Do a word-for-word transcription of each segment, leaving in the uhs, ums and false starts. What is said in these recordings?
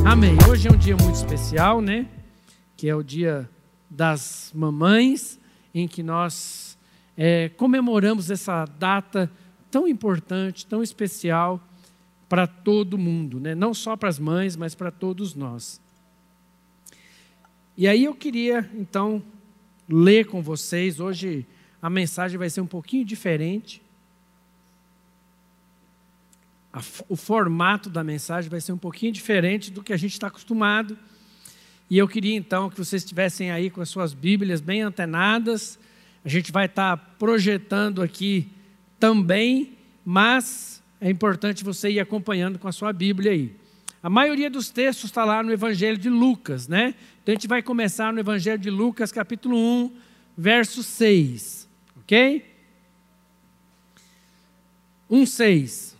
Amém. Hoje é um dia muito especial, né? Que é o dia das mamães, em que nós é, comemoramos essa data tão importante, tão especial para todo mundo, né? Não só para as mães, mas para todos nós. E aí eu queria, então, ler com vocês. Hoje a mensagem vai ser um pouquinho diferente. O formato da mensagem vai ser um pouquinho diferente do que a gente está acostumado. E eu queria então que vocês estivessem aí com as suas Bíblias bem antenadas. A gente vai estar projetando aqui também, mas é importante você ir acompanhando com a sua Bíblia aí. A maioria dos textos está lá no Evangelho de Lucas, né? Então a gente vai começar no Evangelho de Lucas, capítulo um, verso seis, ok? um, seis.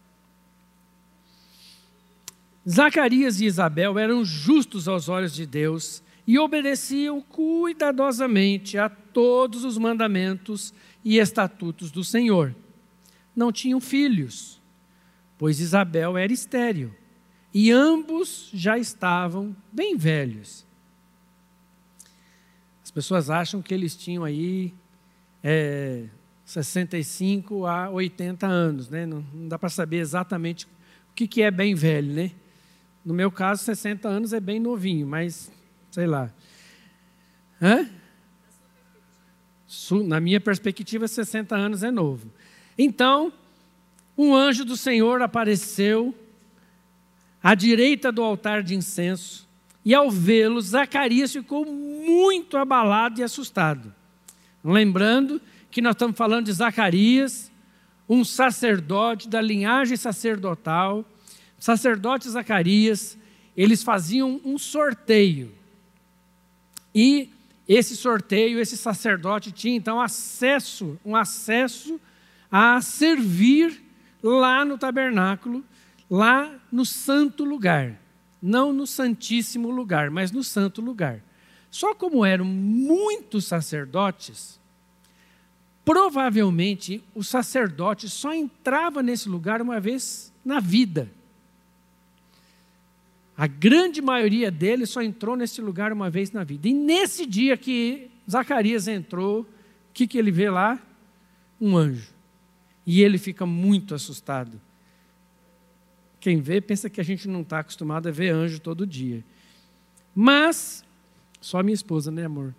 Zacarias e Isabel eram justos aos olhos de Deus e obedeciam cuidadosamente a todos os mandamentos e estatutos do Senhor. Não tinham filhos, pois Isabel era estéril, e ambos já estavam bem velhos. As pessoas acham que eles tinham aí é, sessenta e cinco a oitenta anos, né? Não, não dá para saber exatamente o que, que é bem velho, né? No meu caso, sessenta anos é bem novinho, mas, sei lá. Hã? Na minha perspectiva, sessenta anos é novo. Então, um anjo do Senhor apareceu à direita do altar de incenso, e ao vê-lo, Zacarias ficou muito abalado e assustado. Lembrando que nós estamos falando de Zacarias, um sacerdote da linhagem sacerdotal. Sacerdote Zacarias, eles faziam um sorteio. E esse sorteio, esse sacerdote tinha então acesso, um acesso a servir lá no tabernáculo, lá no santo lugar. Não no santíssimo lugar, mas no santo lugar. Só como eram muitos sacerdotes, provavelmente o sacerdote só entrava nesse lugar uma vez na vida. A grande maioria deles só entrou nesse lugar uma vez na vida. E nesse dia que Zacarias entrou, o que, que ele vê lá? Um anjo. E ele fica muito assustado. Quem vê pensa que a gente não está acostumado a ver anjo todo dia. Mas, só minha esposa, né, amor?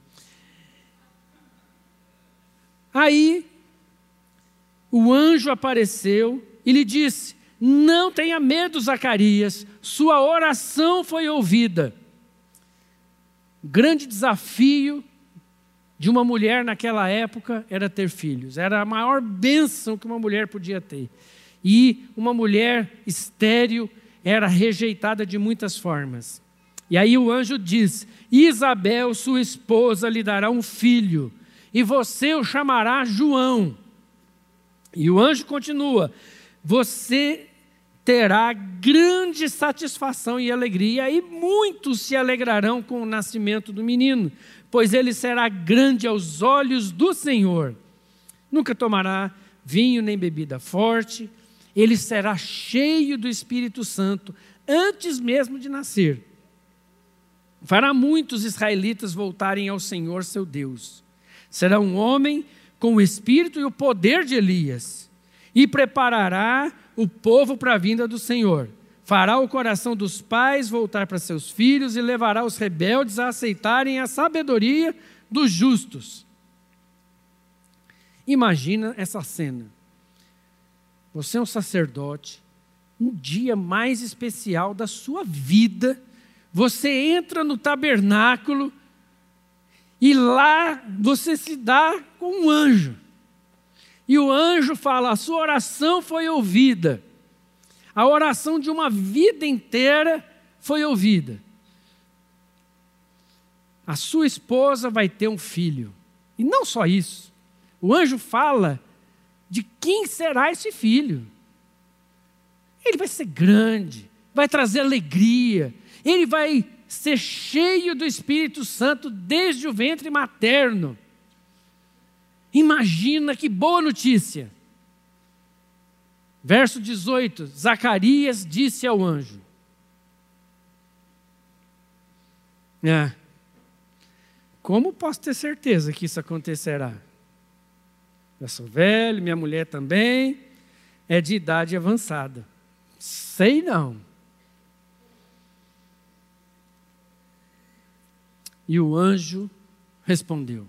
Aí, o anjo apareceu e lhe disse: não tenha medo, Zacarias, sua oração foi ouvida. O grande desafio de uma mulher naquela época era ter filhos. Era a maior bênção que uma mulher podia ter. E uma mulher estéril era rejeitada de muitas formas. E aí o anjo diz: Isabel, sua esposa, lhe dará um filho, e você o chamará João. E o anjo continua: você terá grande satisfação e alegria, e muitos se alegrarão com o nascimento do menino, pois ele será grande aos olhos do Senhor. Nunca tomará vinho nem bebida forte, ele será cheio do Espírito Santo antes mesmo de nascer. Fará muitos israelitas voltarem ao Senhor seu Deus. Será um homem com o espírito e o poder de Elias, e preparará o povo para a vinda do Senhor. Fará o coração dos pais voltar para seus filhos e levará os rebeldes a aceitarem a sabedoria dos justos. Imagina essa cena. Você é um sacerdote, um dia mais especial da sua vida, você entra no tabernáculo e lá você se dá com um anjo. E o anjo fala: a sua oração foi ouvida. A oração de uma vida inteira foi ouvida. A sua esposa vai ter um filho. E não só isso. O anjo fala de quem será esse filho. Ele vai ser grande, vai trazer alegria. Ele vai ser cheio do Espírito Santo desde o ventre materno. Imagina que boa notícia. Verso dezoito, Zacarias disse ao anjo: É. Como posso ter certeza que isso acontecerá? Eu sou velho, minha mulher também é de idade avançada. Sei não. E o anjo respondeu: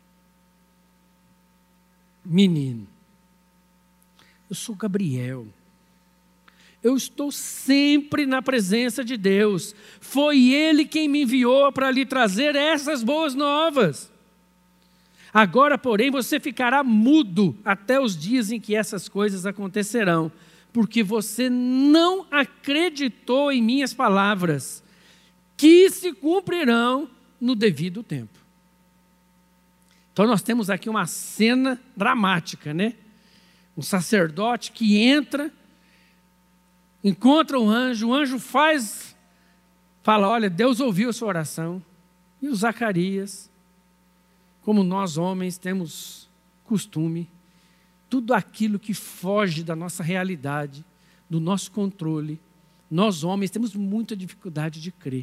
menino, eu sou Gabriel. Eu estou sempre na presença de Deus. Foi Ele quem me enviou para lhe trazer essas boas novas. Agora, porém, você ficará mudo até os dias em que essas coisas acontecerão, porque você não acreditou em minhas palavras, que se cumprirão no devido tempo. Então nós temos aqui uma cena dramática, né? Um sacerdote que entra, encontra um anjo, o anjo faz, fala, olha, Deus ouviu a sua oração. E o Zacarias, como nós homens temos costume, tudo aquilo que foge da nossa realidade, do nosso controle, nós homens temos muita dificuldade de crer.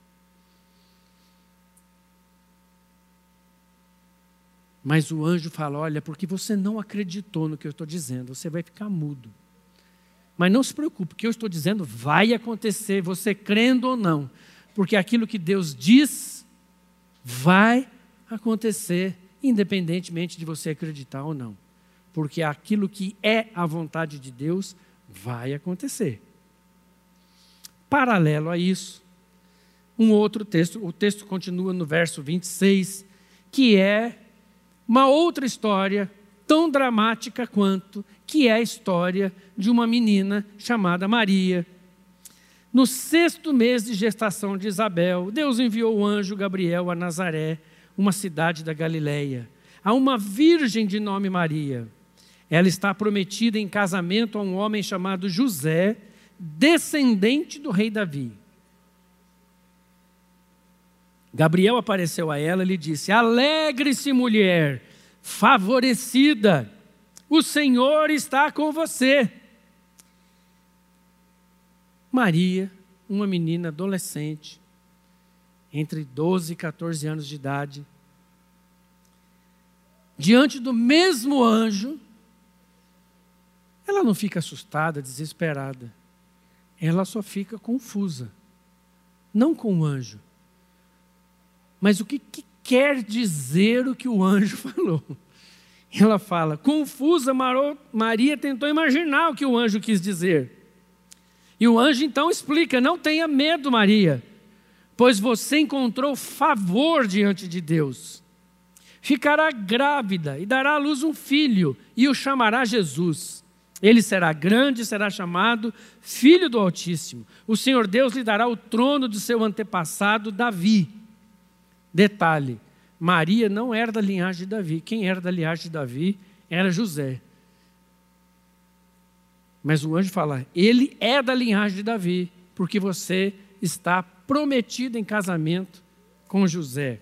Mas o anjo fala, olha, porque você não acreditou no que eu estou dizendo, você vai ficar mudo. Mas não se preocupe, o que eu estou dizendo vai acontecer, você crendo ou não. Porque aquilo que Deus diz vai acontecer, independentemente de você acreditar ou não. Porque aquilo que é a vontade de Deus vai acontecer. Paralelo a isso, um outro texto, o texto continua no verso vinte e seis, que é uma outra história tão dramática quanto, que é a história de uma menina chamada Maria. No sexto mês de gestação de Isabel, Deus enviou o anjo Gabriel a Nazaré, uma cidade da Galileia, a uma virgem de nome Maria. Ela está prometida em casamento a um homem chamado José, descendente do rei Davi. Gabriel apareceu a ela e lhe disse, alegre-se, mulher, favorecida, o Senhor está com você. Maria, uma menina adolescente, entre doze e quatorze anos de idade, diante do mesmo anjo, ela não fica assustada, desesperada, ela só fica confusa, não com o anjo, mas o que, que quer dizer o que o anjo falou. Ela fala, confusa, Maria tentou imaginar o que o anjo quis dizer. E o anjo então explica, não tenha medo, Maria, pois você encontrou favor diante de Deus. Ficará grávida e dará à luz um filho, e o chamará Jesus. Ele será grande e será chamado Filho do Altíssimo. O Senhor Deus lhe dará o trono de seu antepassado Davi. Detalhe, Maria não era da linhagem de Davi. Quem era da linhagem de Davi era José. Mas o anjo fala, ele é da linhagem de Davi, porque você está prometido em casamento com José.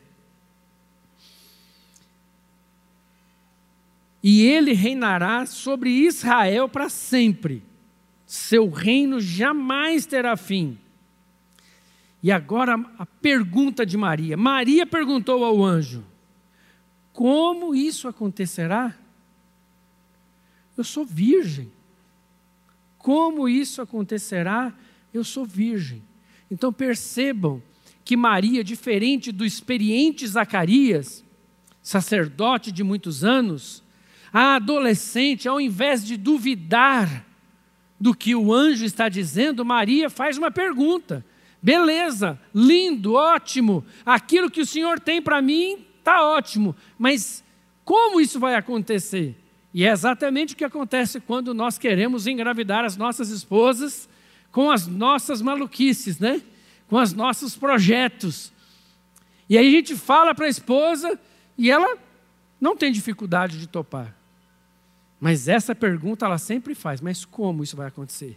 E ele reinará sobre Israel para sempre. Seu reino jamais terá fim. E agora a pergunta de Maria. Maria perguntou ao anjo, como isso acontecerá? Eu sou virgem. Como isso acontecerá? Eu sou virgem. Então percebam que Maria, diferente do experiente Zacarias, sacerdote de muitos anos, a adolescente, ao invés de duvidar do que o anjo está dizendo, Maria faz uma pergunta. Beleza, lindo, ótimo, aquilo que o Senhor tem para mim está ótimo, mas como isso vai acontecer? E é exatamente o que acontece quando nós queremos engravidar as nossas esposas com as nossas maluquices, né? Com os nossos projetos. E aí a gente fala para a esposa e ela não tem dificuldade de topar. Mas essa pergunta ela sempre faz, mas como isso vai acontecer?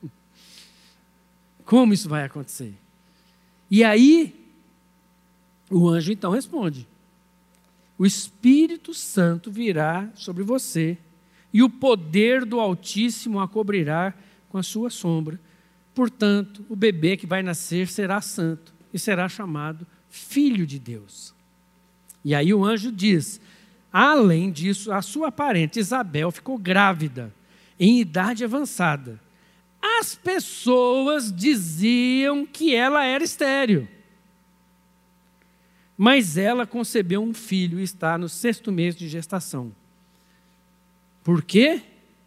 Como isso vai acontecer? E aí, o anjo então responde, o Espírito Santo virá sobre você e o poder do Altíssimo a cobrirá com a sua sombra. Portanto, o bebê que vai nascer será santo e será chamado filho de Deus. E aí o anjo diz: além disso, a sua parente Isabel ficou grávida, em idade avançada. As pessoas diziam que ela era estéril. Mas ela concebeu um filho e está no sexto mês de gestação. Por quê?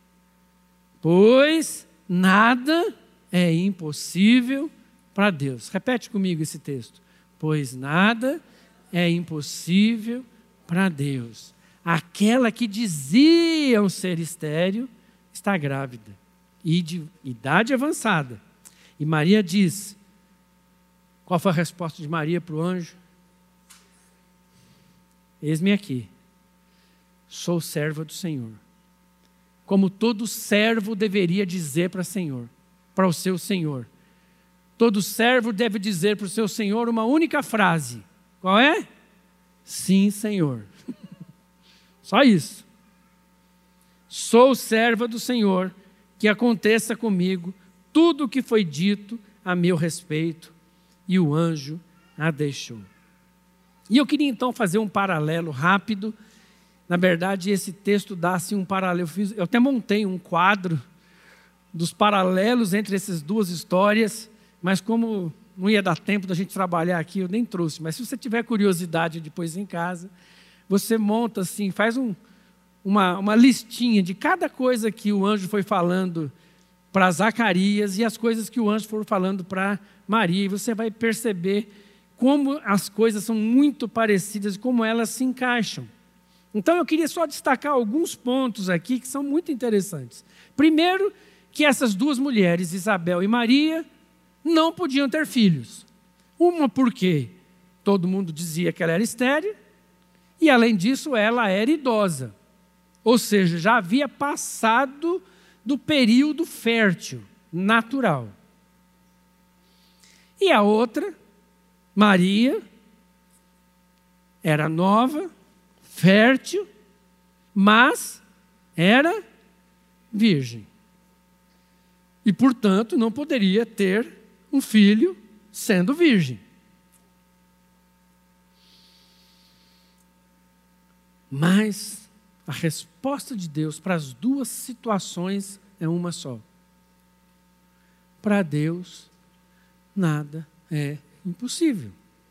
Pois nada é impossível para Deus. Repete comigo esse texto. Pois nada é impossível para Deus. Aquela que diziam ser estéril está grávida e de idade avançada. E Maria diz, qual foi a resposta de Maria para o anjo? Eis-me aqui, sou serva do Senhor. Como todo servo deveria dizer para o Senhor, para o seu Senhor. Todo servo deve dizer para o seu Senhor uma única frase. Qual é? Sim, Senhor. Só isso. Sou serva do Senhor, que aconteça comigo tudo o que foi dito a meu respeito. E o anjo a deixou. E eu queria então fazer um paralelo rápido. Na verdade, esse texto dá assim um paralelo. Eu, fiz, eu até montei um quadro dos paralelos entre essas duas histórias, mas como não ia dar tempo da gente trabalhar aqui, eu nem trouxe. Mas se você tiver curiosidade depois em casa, você monta assim, faz um, uma, uma listinha de cada coisa que o anjo foi falando para Zacarias e as coisas que o anjo foi falando para Maria. E você vai perceber como as coisas são muito parecidas e como elas se encaixam. Então eu queria só destacar alguns pontos aqui que são muito interessantes. Primeiro, que essas duas mulheres, Isabel e Maria, não podiam ter filhos. Uma porque todo mundo dizia que ela era estéril, e além disso ela era idosa. Ou seja, já havia passado do período fértil, natural. E a outra, Maria, era nova, fértil, mas era virgem. E, portanto, não poderia ter um filho sendo virgem. Mas a resposta de Deus para as duas situações é uma só. Para Deus, nada é impossível.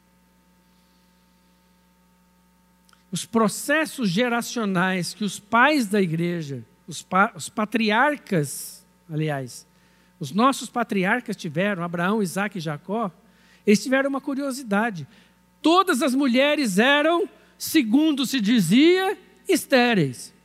Os processos geracionais que os pais da igreja, os, pa, os patriarcas, aliás, os nossos patriarcas tiveram, Abraão, Isaque e Jacó, eles tiveram uma curiosidade. Todas as mulheres eram, segundo se dizia, estéreis.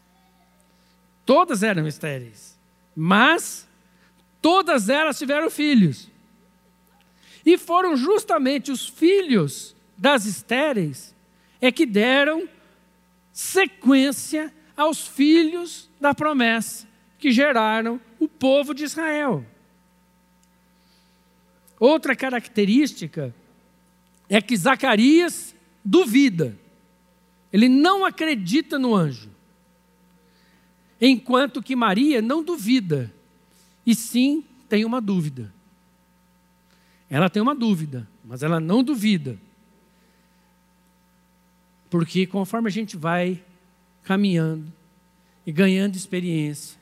Todas eram estéreis. Mas todas elas tiveram filhos. E foram justamente os filhos das estéreis é que deram sequência aos filhos da promessa, que geraram o povo de Israel. Outra característica é que Zacarias duvida. Ele não acredita no anjo. Enquanto que Maria não duvida, e sim tem uma dúvida. Ela tem uma dúvida, mas ela não duvida. Porque conforme a gente vai caminhando e ganhando experiência,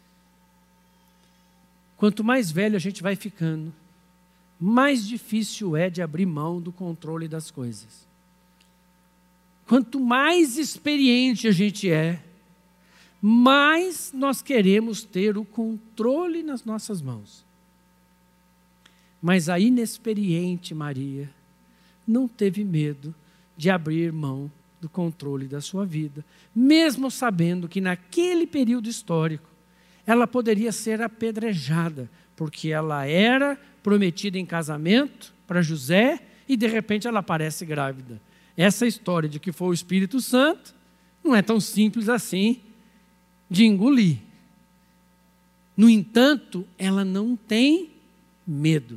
quanto mais velho a gente vai ficando, mais difícil é de abrir mão do controle das coisas. Quanto mais experiente a gente é, mais nós queremos ter o controle nas nossas mãos. Mas a inexperiente Maria não teve medo de abrir mão do controle da sua vida, mesmo sabendo que naquele período histórico ela poderia ser apedrejada, porque ela era prometida em casamento para José e de repente ela aparece grávida. Essa história de que foi o Espírito Santo não é tão simples assim de engolir. No entanto, ela não tem medo.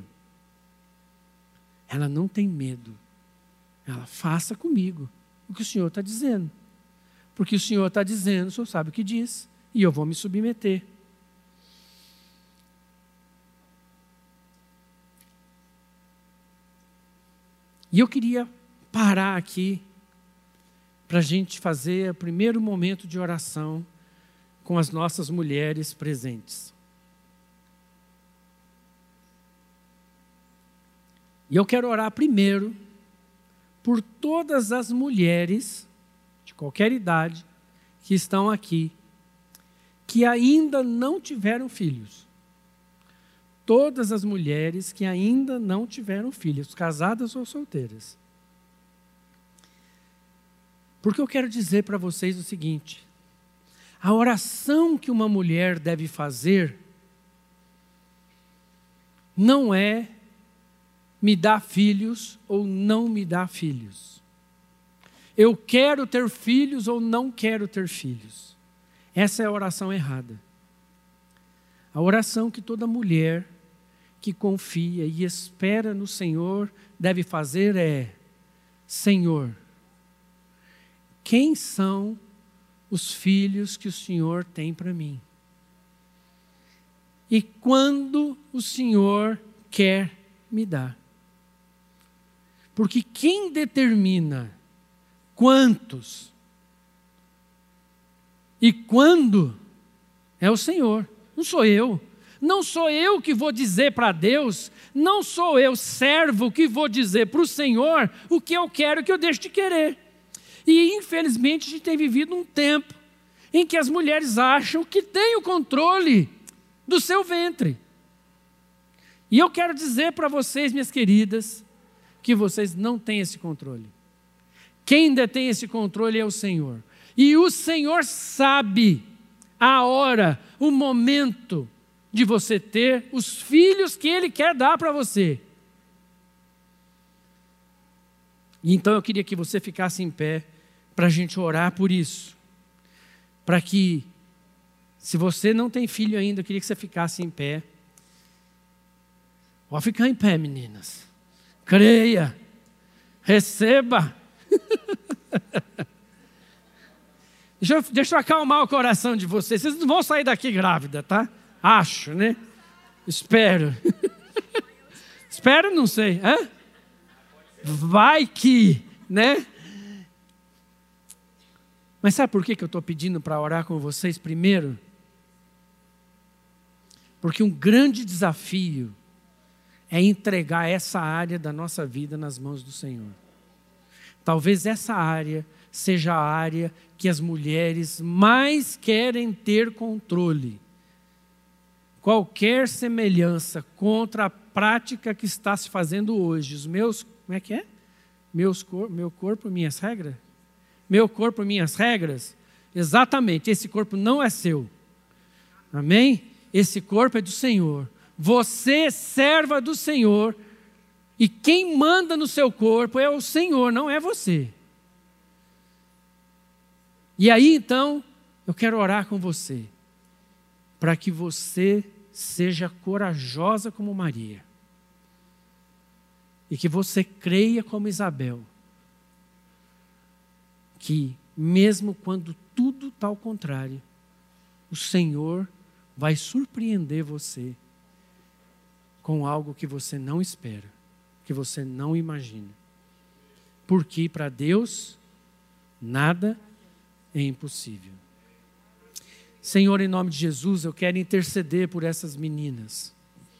Ela não tem medo. Ela, faça comigo o que o Senhor está dizendo. Porque o Senhor está dizendo, o Senhor sabe o que diz, e eu vou me submeter. E eu queria parar aqui para a gente fazer o primeiro momento de oração com as nossas mulheres presentes. E eu quero orar primeiro por todas as mulheres de qualquer idade que estão aqui, que ainda não tiveram filhos. Todas as mulheres que ainda não tiveram filhos, casadas ou solteiras. Porque eu quero dizer para vocês o seguinte: a oração que uma mulher deve fazer não é me dá filhos ou não me dá filhos. Eu quero ter filhos ou não quero ter filhos. Essa é a oração errada. A oração que toda mulher que confia e espera no Senhor deve fazer é: Senhor, quem são os filhos que o Senhor tem para mim? E quando o Senhor quer me dar? Porque quem determina quantos e quando é o Senhor, não sou eu. Não sou eu que vou dizer para Deus, não sou eu, servo, que vou dizer para o Senhor o que eu quero que eu deixe de querer. E infelizmente a gente tem vivido um tempo em que as mulheres acham que têm o controle do seu ventre. E eu quero dizer para vocês, minhas queridas, que vocês não têm esse controle. Quem detém esse controle é o Senhor. E o Senhor sabe a hora, o momento de você ter os filhos que Ele quer dar para você. E então eu queria que você ficasse em pé para a gente orar por isso. Para que, se você não tem filho ainda, eu queria que você ficasse em pé. Pode ficar em pé, meninas. Creia. Receba. deixa, eu, deixa eu acalmar o coração de vocês. Vocês não vão sair daqui grávida, tá? Acho, né? Espero. Espero, não sei. Hã? Vai que, né? Mas sabe por que eu estou pedindo para orar com vocês primeiro? Porque um grande desafio é entregar essa área da nossa vida nas mãos do Senhor. Talvez essa área seja a área que as mulheres mais querem ter controle. Qualquer semelhança contra a prática que está se fazendo hoje, os meus, como é que é? Meus cor, meu corpo, minhas regras? Meu corpo, minhas regras? Exatamente, esse corpo não é seu. Amém? Esse corpo é do Senhor. Você, serva do Senhor, e quem manda no seu corpo é o Senhor, não é você. E aí então, eu quero orar com você, para que você seja corajosa como Maria, e que você creia como Isabel, que mesmo quando tudo está ao contrário, o Senhor vai surpreender você com algo que você não espera, que você não imagina. Porque para Deus, nada é impossível. Senhor, em nome de Jesus, eu quero interceder por essas meninas,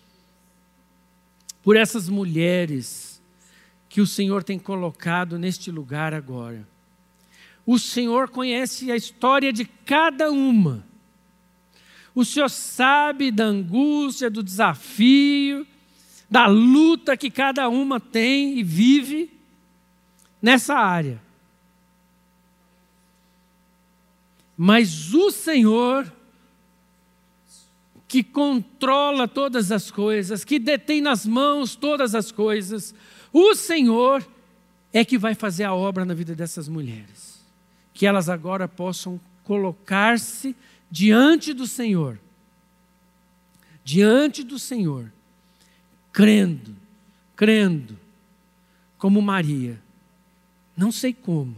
por essas mulheres que o Senhor tem colocado neste lugar agora. O Senhor conhece a história de cada uma. O Senhor sabe da angústia, do desafio, da luta que cada uma tem e vive nessa área. Mas o Senhor, que controla todas as coisas, que detém nas mãos todas as coisas, o Senhor é que vai fazer a obra na vida dessas mulheres. Que elas agora possam colocar-se diante do Senhor, diante do Senhor, crendo, crendo, como Maria, não sei como,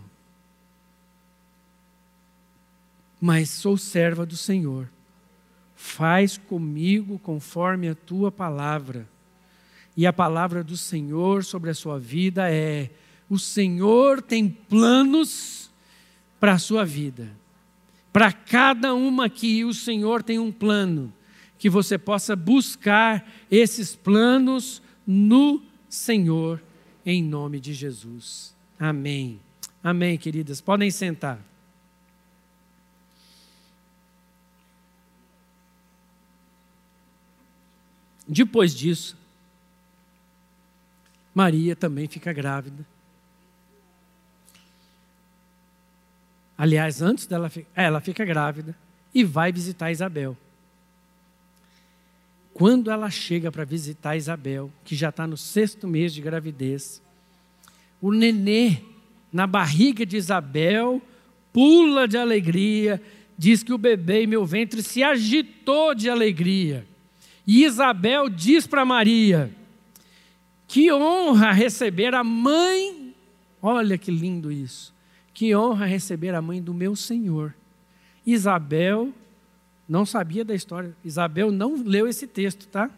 mas sou serva do Senhor, faz comigo conforme a tua palavra. E a palavra do Senhor sobre a sua vida é: o Senhor tem planos para a sua vida. Para cada uma aqui, o Senhor tem um plano. Que você possa buscar esses planos no Senhor, em nome de Jesus. Amém. Amém, queridas. Podem sentar. Depois disso, Maria também fica grávida. Aliás, antes dela ficar, ela fica grávida e vai visitar Isabel. Quando ela chega para visitar Isabel, que já está no sexto mês de gravidez, o nenê na barriga de Isabel pula de alegria, diz que o bebê em meu ventre se agitou de alegria. E Isabel diz para Maria: que honra receber a mãe, olha que lindo isso, que honra receber a mãe do meu Senhor. Isabel não sabia da história, Isabel não leu esse texto, tá?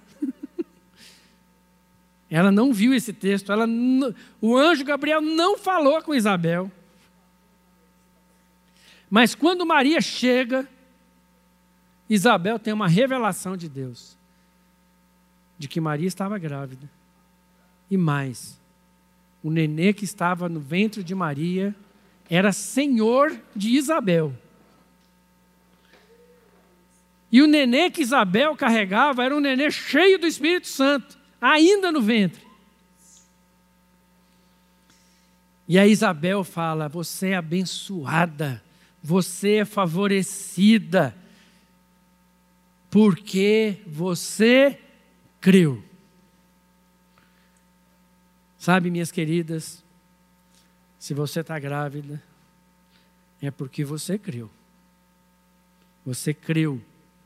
Ela não viu esse texto, ela, o anjo Gabriel não falou com Isabel. Mas quando Maria chega, Isabel tem uma revelação de Deus, de que Maria estava grávida. E mais, o nenê que estava no ventre de Maria era senhor de Isabel. E o nenê que Isabel carregava era um nenê cheio do Espírito Santo, ainda no ventre. E a Isabel fala: você é abençoada, você é favorecida, porque você creu. Sabe, minhas queridas, se você está grávida, é porque você creu. Você creu.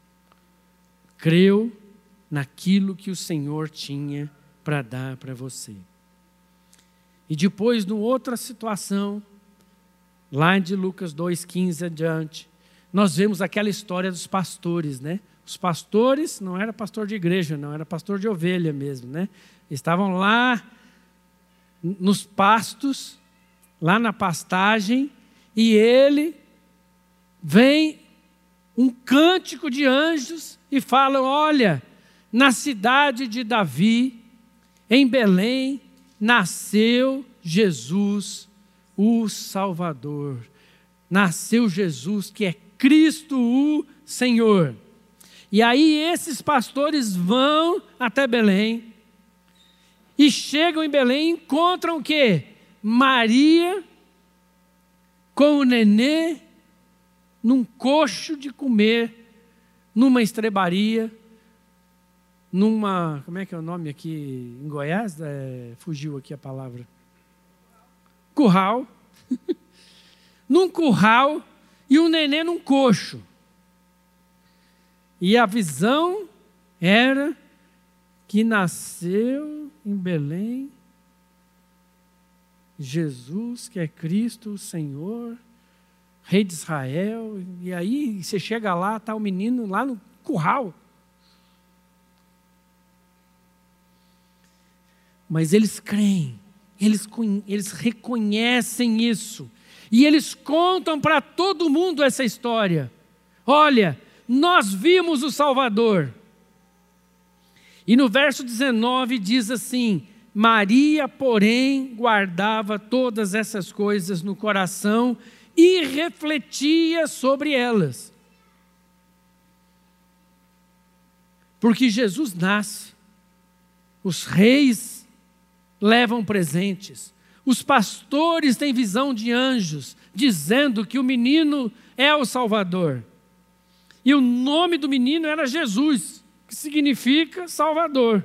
Creu naquilo que o Senhor tinha para dar para você. E depois, numa outra situação, lá de Lucas dois, quinze adiante, nós vemos aquela história dos pastores, né? Os pastores, não era pastor de igreja, não, era pastor de ovelha mesmo, né? Estavam lá nos pastos, lá na pastagem, e ele vem um cântico de anjos e falam: olha, na cidade de Davi, em Belém, nasceu Jesus, o Salvador. Nasceu Jesus, que é Cristo o Senhor. E aí esses pastores vão até Belém, e chegam em Belém e encontram o quê? Maria com o nenê num coxo de comer, numa estrebaria, numa, como é que é o nome aqui em Goiás? É, fugiu aqui a palavra. Curral. Num curral e um nenê num coxo. E a visão era que nasceu em Belém Jesus, que é Cristo, o Senhor, Rei de Israel. E aí você chega lá, está o menino lá no curral. Mas eles creem, eles, eles reconhecem isso. E eles contam para todo mundo essa história. Olha, nós vimos o Salvador. E no verso dezenove diz assim: Maria, porém, guardava todas essas coisas no coração e refletia sobre elas. Porque Jesus nasce, os reis levam presentes, os pastores têm visão de anjos, dizendo que o menino é o Salvador. E o nome do menino era Jesus, que significa Salvador.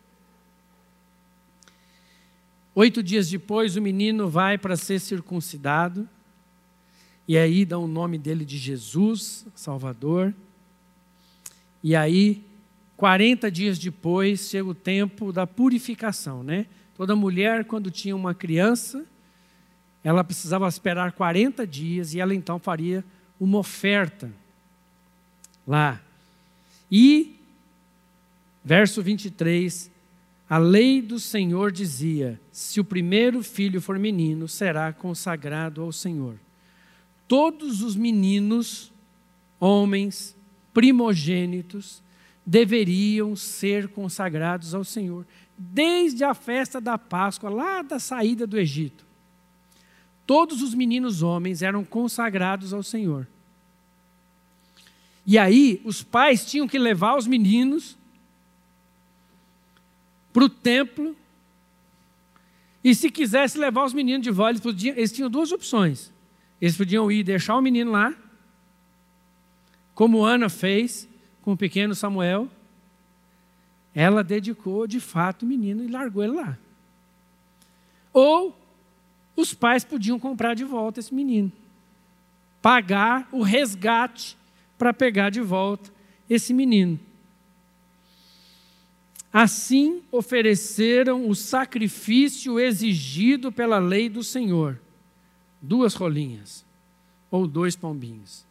Oito dias depois, o menino vai para ser circuncidado, e aí dá o nome dele de Jesus, Salvador. E aí, quarenta dias depois, chega o tempo da purificação, né? Toda mulher, quando tinha uma criança, ela precisava esperar quarenta dias, e ela então faria uma oferta lá. E, verso vinte e três, A lei do Senhor dizia: se o primeiro filho for menino, será consagrado ao Senhor. Todos os meninos, homens, primogênitos, deveriam ser consagrados ao Senhor, desde a festa da Páscoa, lá da saída do Egito. Todos os meninos homens eram consagrados ao Senhor. E aí, os pais tinham que levar os meninos para o templo, e se quisesse levar os meninos de volta, eles, podiam, eles tinham duas opções. Eles podiam ir deixar o menino lá, como Ana fez com o pequeno Samuel. Ela dedicou de fato o menino e largou ele lá. Ou os pais podiam comprar de volta esse menino, pagar o resgate para pegar de volta esse menino. Assim ofereceram o sacrifício exigido pela lei do Senhor, duas rolinhas ou dois pombinhos.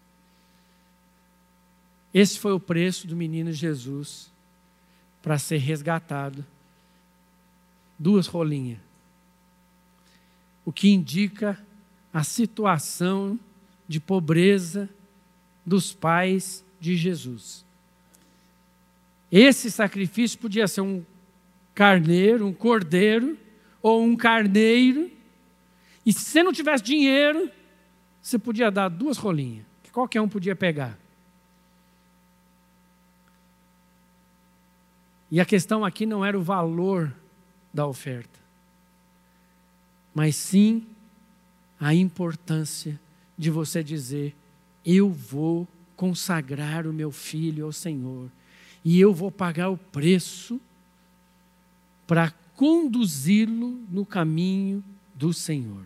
Esse foi o preço do menino Jesus para ser resgatado, duas rolinhas. O que indica a situação de pobreza dos pais de Jesus. Esse sacrifício podia ser um carneiro, um cordeiro, ou um carneiro. E se você não tivesse dinheiro, você podia dar duas rolinhas, que qualquer um podia pegar. E a questão aqui não era o valor da oferta, mas sim a importância de você dizer: eu vou consagrar o meu filho ao Senhor, e eu vou pagar o preço para conduzi-lo no caminho do Senhor.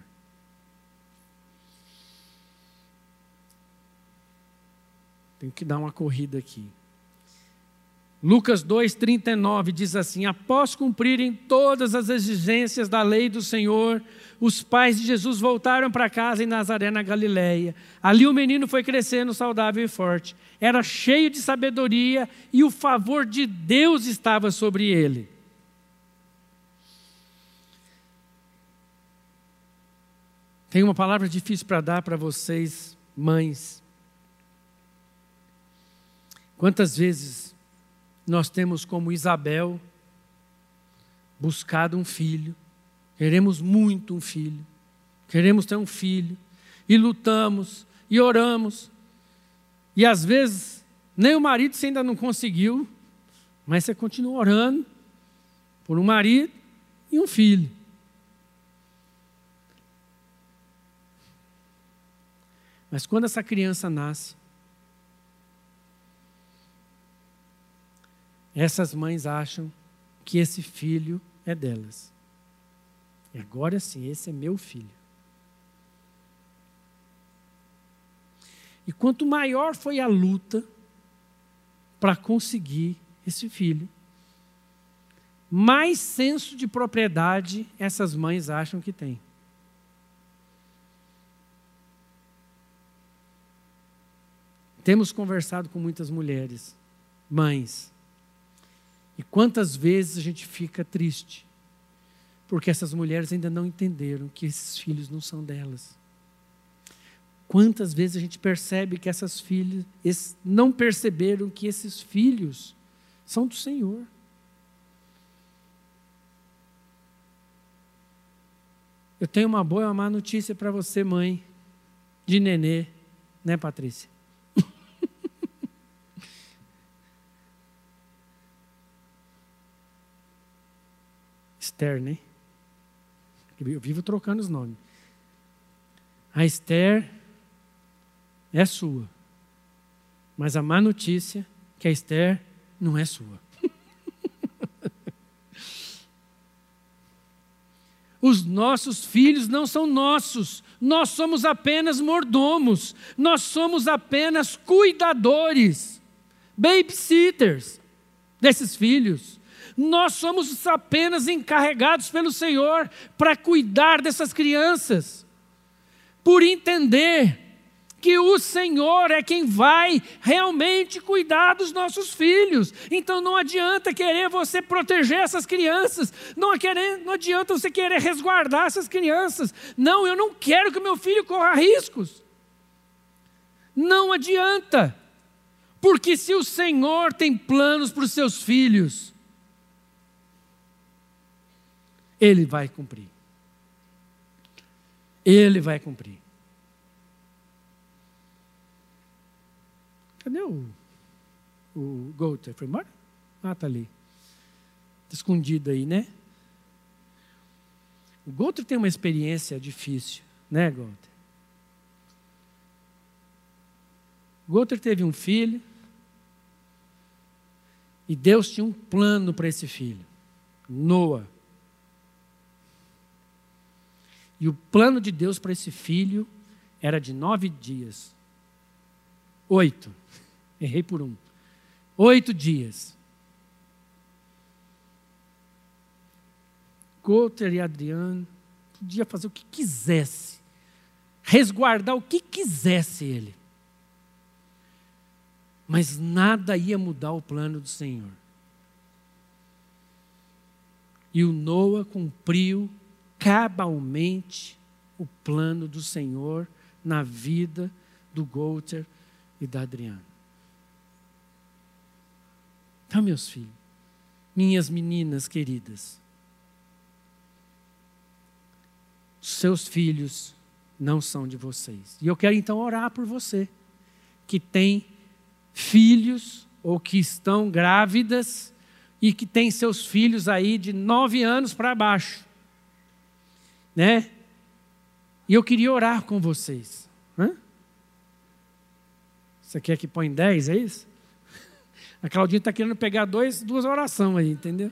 Tenho que dar uma corrida aqui. Lucas dois, trinta e nove diz assim: após cumprirem todas as exigências da lei do Senhor, os pais de Jesus voltaram para casa em Nazaré, na Galileia. Ali o menino foi crescendo saudável e forte. Era cheio de sabedoria e o favor de Deus estava sobre ele. Tenho uma palavra difícil para dar para vocês, mães. Quantas vezes nós temos, como Isabel, buscado um filho, queremos muito um filho, queremos ter um filho, e lutamos, e oramos, e às vezes nem o marido você ainda não conseguiu, mas você continua orando por um marido e um filho. Mas quando essa criança nasce, essas mães acham que esse filho é delas. E agora sim, esse é meu filho. E quanto maior foi a luta para conseguir esse filho, mais senso de propriedade essas mães acham que têm. Temos conversado com muitas mulheres, mães, e quantas vezes a gente fica triste, porque essas mulheres ainda não entenderam que esses filhos não são delas. Quantas vezes a gente percebe que essas filhas não perceberam que esses filhos são do Senhor. Eu tenho uma boa e uma má notícia para você, mãe de nenê, né, Patrícia? Esther, né? Eu vivo trocando os nomes. A Esther é sua, mas a má notícia é que a Esther não é sua. Os nossos filhos não são nossos, nós somos apenas mordomos, nós somos apenas cuidadores, babysitters desses filhos. Nós somos apenas encarregados pelo Senhor para cuidar dessas crianças, por entender que o Senhor é quem vai realmente cuidar dos nossos filhos. Então não adianta querer você proteger essas crianças, não, querer, não adianta você querer resguardar essas crianças. Não, eu não quero que meu filho corra riscos. Não adianta, porque se o Senhor tem planos para os seus filhos, Ele vai cumprir. Ele vai cumprir. Cadê o, o Golter? Foi embora? Ah, está ali. Está escondido aí, né? O Golter tem uma experiência difícil, né, Golter? O Golter teve um filho e Deus tinha um plano para esse filho, Noah. E o plano de Deus para esse filho era de nove dias. Oito. Errei por um. Oito dias. Golter e Adriano podia fazer o que quisesse. Resguardar o que quisesse ele. Mas nada ia mudar o plano do Senhor. E o Noah cumpriu cabalmente o plano do Senhor na vida do Golter e da Adriana. Então, meus filhos, minhas meninas queridas, seus filhos não são de vocês. E eu quero então orar por você, que tem filhos ou que estão grávidas e que tem seus filhos aí de nove anos para baixo. Né? E eu queria orar com vocês. Hã? Você quer que põe dez, é isso? A Claudinha está querendo pegar dois, duas orações aí, entendeu?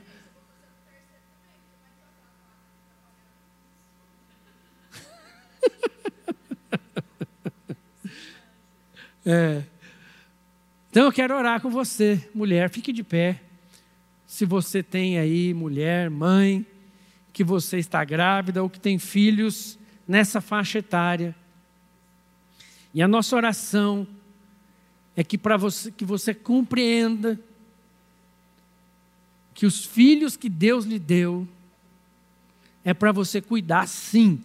É. Então eu quero orar com você, mulher, fique de pé. Se você tem aí, mulher, mãe, que você está grávida ou que tem filhos nessa faixa etária. E a nossa oração é que para você, que você compreenda que os filhos que Deus lhe deu é para você cuidar, sim.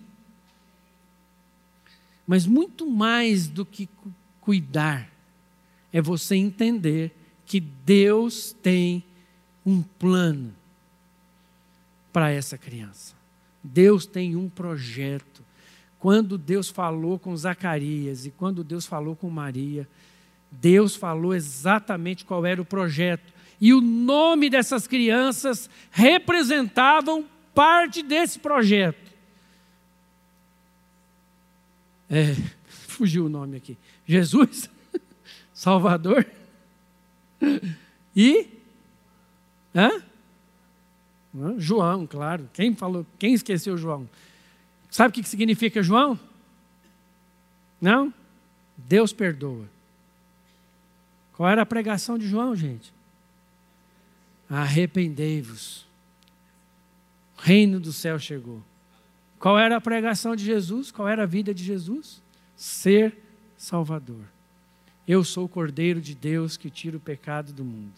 Mas muito mais do que cuidar, é você entender que Deus tem um plano para essa criança. Deus tem um projeto. Quando Deus falou com Zacarias e quando Deus falou com Maria, Deus falou exatamente qual era o projeto. E o nome dessas crianças representavam parte desse projeto. É, fugiu o nome aqui. Jesus, Salvador e hã? João, claro. Quem falou? Quem esqueceu João? Sabe o que significa João? Não? Deus perdoa. Qual era a pregação de João, gente? Arrependei-vos. O reino do céu chegou. Qual era a pregação de Jesus? Qual era a vida de Jesus? Ser Salvador. Eu sou o Cordeiro de Deus que tira o pecado do mundo.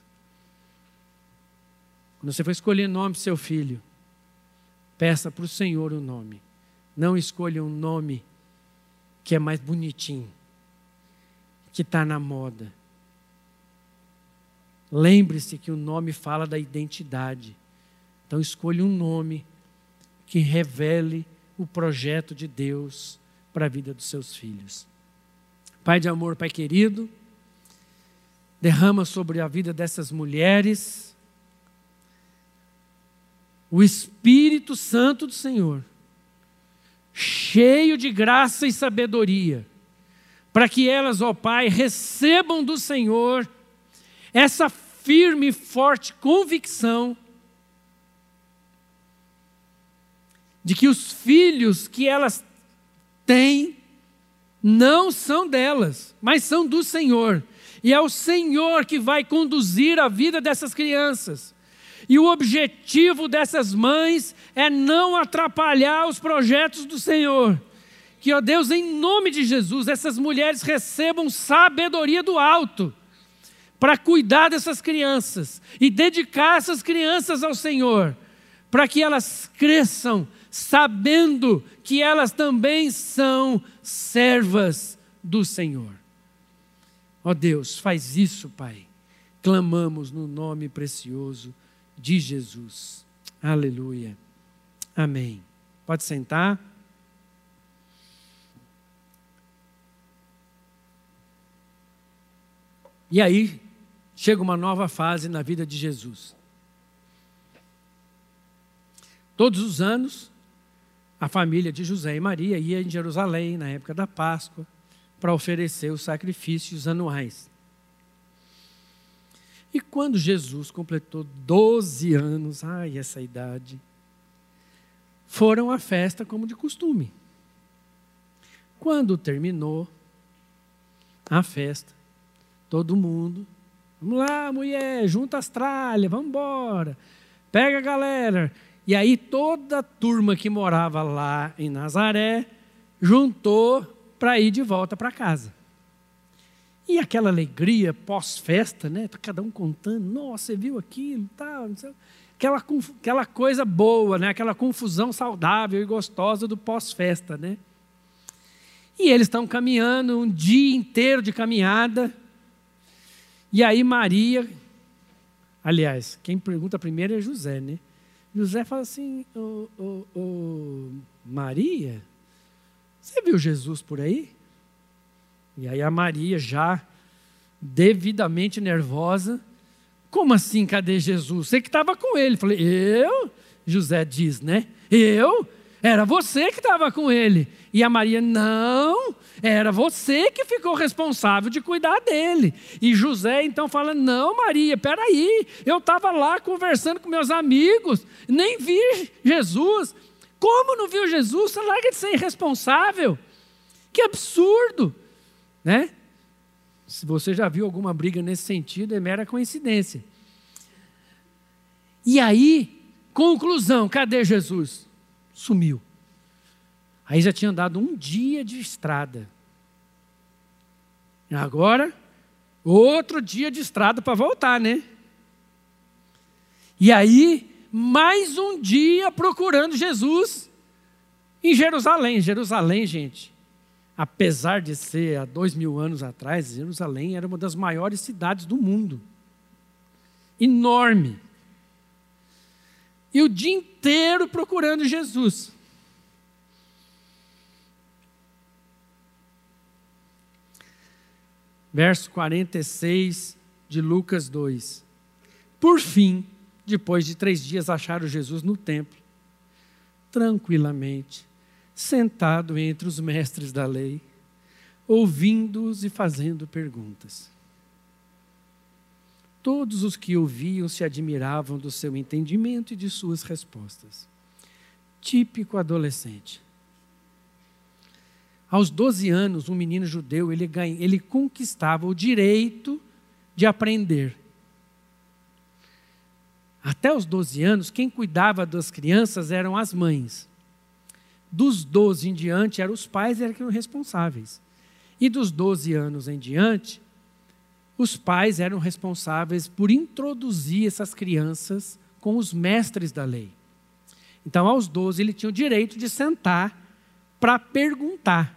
Quando você for escolher nome para o seu filho, peça para o Senhor o nome. Não escolha um nome que é mais bonitinho, que está na moda. Lembre-se que o nome fala da identidade. Então escolha um nome que revele o projeto de Deus para a vida dos seus filhos. Pai de amor, Pai querido, derrama sobre a vida dessas mulheres o Espírito Santo do Senhor, cheio de graça e sabedoria, para que elas, ó Pai, recebam do Senhor essa firme e forte convicção de que os filhos que elas têm não são delas, mas são do Senhor. E é o Senhor que vai conduzir a vida dessas crianças. E o objetivo dessas mães é não atrapalhar os projetos do Senhor. que, ó Deus, em nome de Jesus, essas mulheres recebam sabedoria do alto para cuidar dessas crianças e dedicar essas crianças ao Senhor, para que elas cresçam sabendo que elas também são servas do Senhor. Ó Deus, faz isso, Pai. Clamamos no nome precioso de Jesus. Aleluia. Amém. Pode sentar. E aí, chega uma nova fase na vida de Jesus. Todos os anos, a família de José e Maria ia em Jerusalém, na época da Páscoa, para oferecer os sacrifícios anuais. E quando Jesus completou doze anos, ai, essa idade, foram à festa como de costume. Quando terminou a festa, todo mundo, vamos lá, mulher, junta as tralhas, vamos embora, pega a galera. E aí toda a turma que morava lá em Nazaré juntou para ir de volta para casa. E aquela alegria pós-festa, né? Cada um contando, nossa, você viu aquilo, tal, aquela, aquela coisa boa, né? Aquela confusão saudável e gostosa do pós-festa, né? E eles estão caminhando um dia inteiro de caminhada. E aí Maria, aliás, quem pergunta primeiro é José, né? José fala assim, ô, ô, ô, Maria, você viu Jesus por aí? E aí a Maria, já devidamente nervosa, como assim, cadê Jesus? Você que estava com ele. Falei, eu? José diz, né? Eu? Era você que estava com ele. E a Maria, não, era você que ficou responsável de cuidar dele. E José então fala, não, Maria, peraí, eu estava lá conversando com meus amigos, nem vi Jesus. Como não viu Jesus? Você larga de ser irresponsável. Que absurdo. Né? Se você já viu alguma briga nesse sentido, é mera coincidência. E aí, conclusão, cadê Jesus? Sumiu. Aí já tinha dado um dia de estrada. Agora, outro dia de estrada para voltar, né? E aí, mais um dia procurando Jesus em Jerusalém. Jerusalém, gente, apesar de ser há dois mil anos atrás, Jerusalém era uma das maiores cidades do mundo. Enorme. E o dia inteiro procurando Jesus. Verso quarenta e seis de Lucas dois. Por fim, depois de três dias, acharam Jesus no templo, tranquilamente, sentado entre os mestres da lei, ouvindo-os e fazendo perguntas. Todos os que ouviam se admiravam do seu entendimento e de suas respostas. Típico adolescente. Aos doze anos, um menino judeu, ele, ganha, ele conquistava o direito de aprender. Até os doze anos, quem cuidava das crianças eram as mães. Dos doze em diante, eram os pais que eram responsáveis. E dos doze anos em diante, os pais eram responsáveis por introduzir essas crianças com os mestres da lei. Então, aos doze, ele tinha o direito de sentar para perguntar.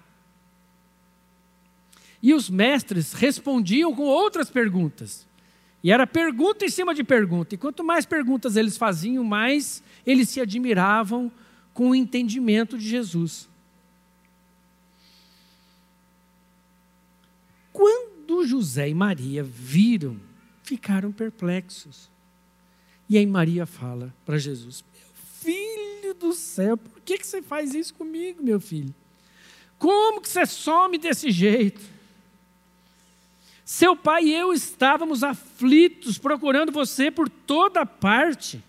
E os mestres respondiam com outras perguntas. E era pergunta em cima de pergunta. E quanto mais perguntas eles faziam, mais eles se admiravam com o entendimento de Jesus. Quando José e Maria viram, ficaram perplexos. E aí Maria fala para Jesus, meu filho do céu, por que, que você faz isso comigo, meu filho? Como que você some desse jeito? Seu pai e eu estávamos aflitos, procurando você por toda parte.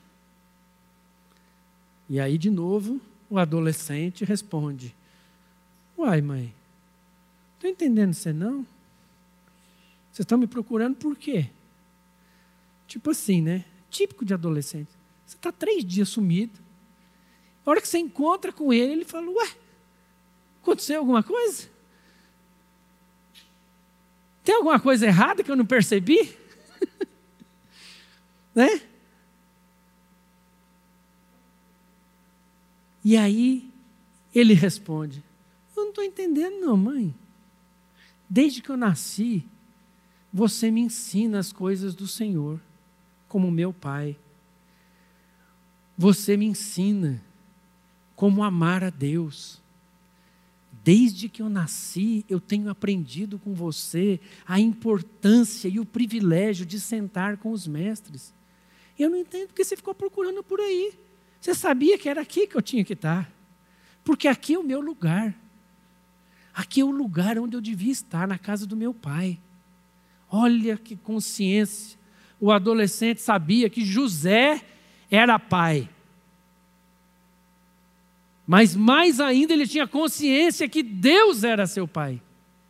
E aí, de novo, o adolescente responde, uai, mãe, não estou entendendo você não? Vocês estão me procurando por quê? Tipo assim, né? Típico de adolescente. Você está três dias sumido. A hora que você encontra com ele, ele fala, ué, Aconteceu alguma coisa? Tem alguma coisa errada que eu não percebi? Né? E aí, ele responde, eu não estou entendendo não, mãe. Desde que eu nasci, você me ensina as coisas do Senhor, como meu pai. Você me ensina como amar a Deus. Desde que eu nasci, eu tenho aprendido com você a importância e o privilégio de sentar com os mestres. Eu não entendo porque você ficou procurando por aí. Você sabia que era aqui que eu tinha que estar. Porque aqui é o meu lugar. Aqui é o lugar onde eu devia estar, na casa do meu pai. Olha que consciência. O adolescente sabia que José era pai. Mas mais ainda ele tinha consciência que Deus era seu pai.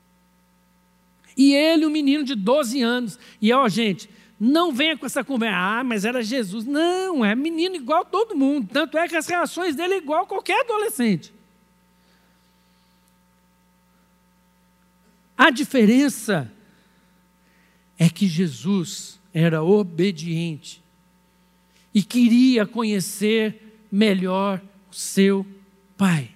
E ele, um menino de doze anos. E ó, gente, não venha com essa conversa, ah, mas era Jesus. Não, é menino igual todo mundo. Tanto é que as reações dele é igual a qualquer adolescente. A diferença é que Jesus era obediente e queria conhecer melhor o seu pai.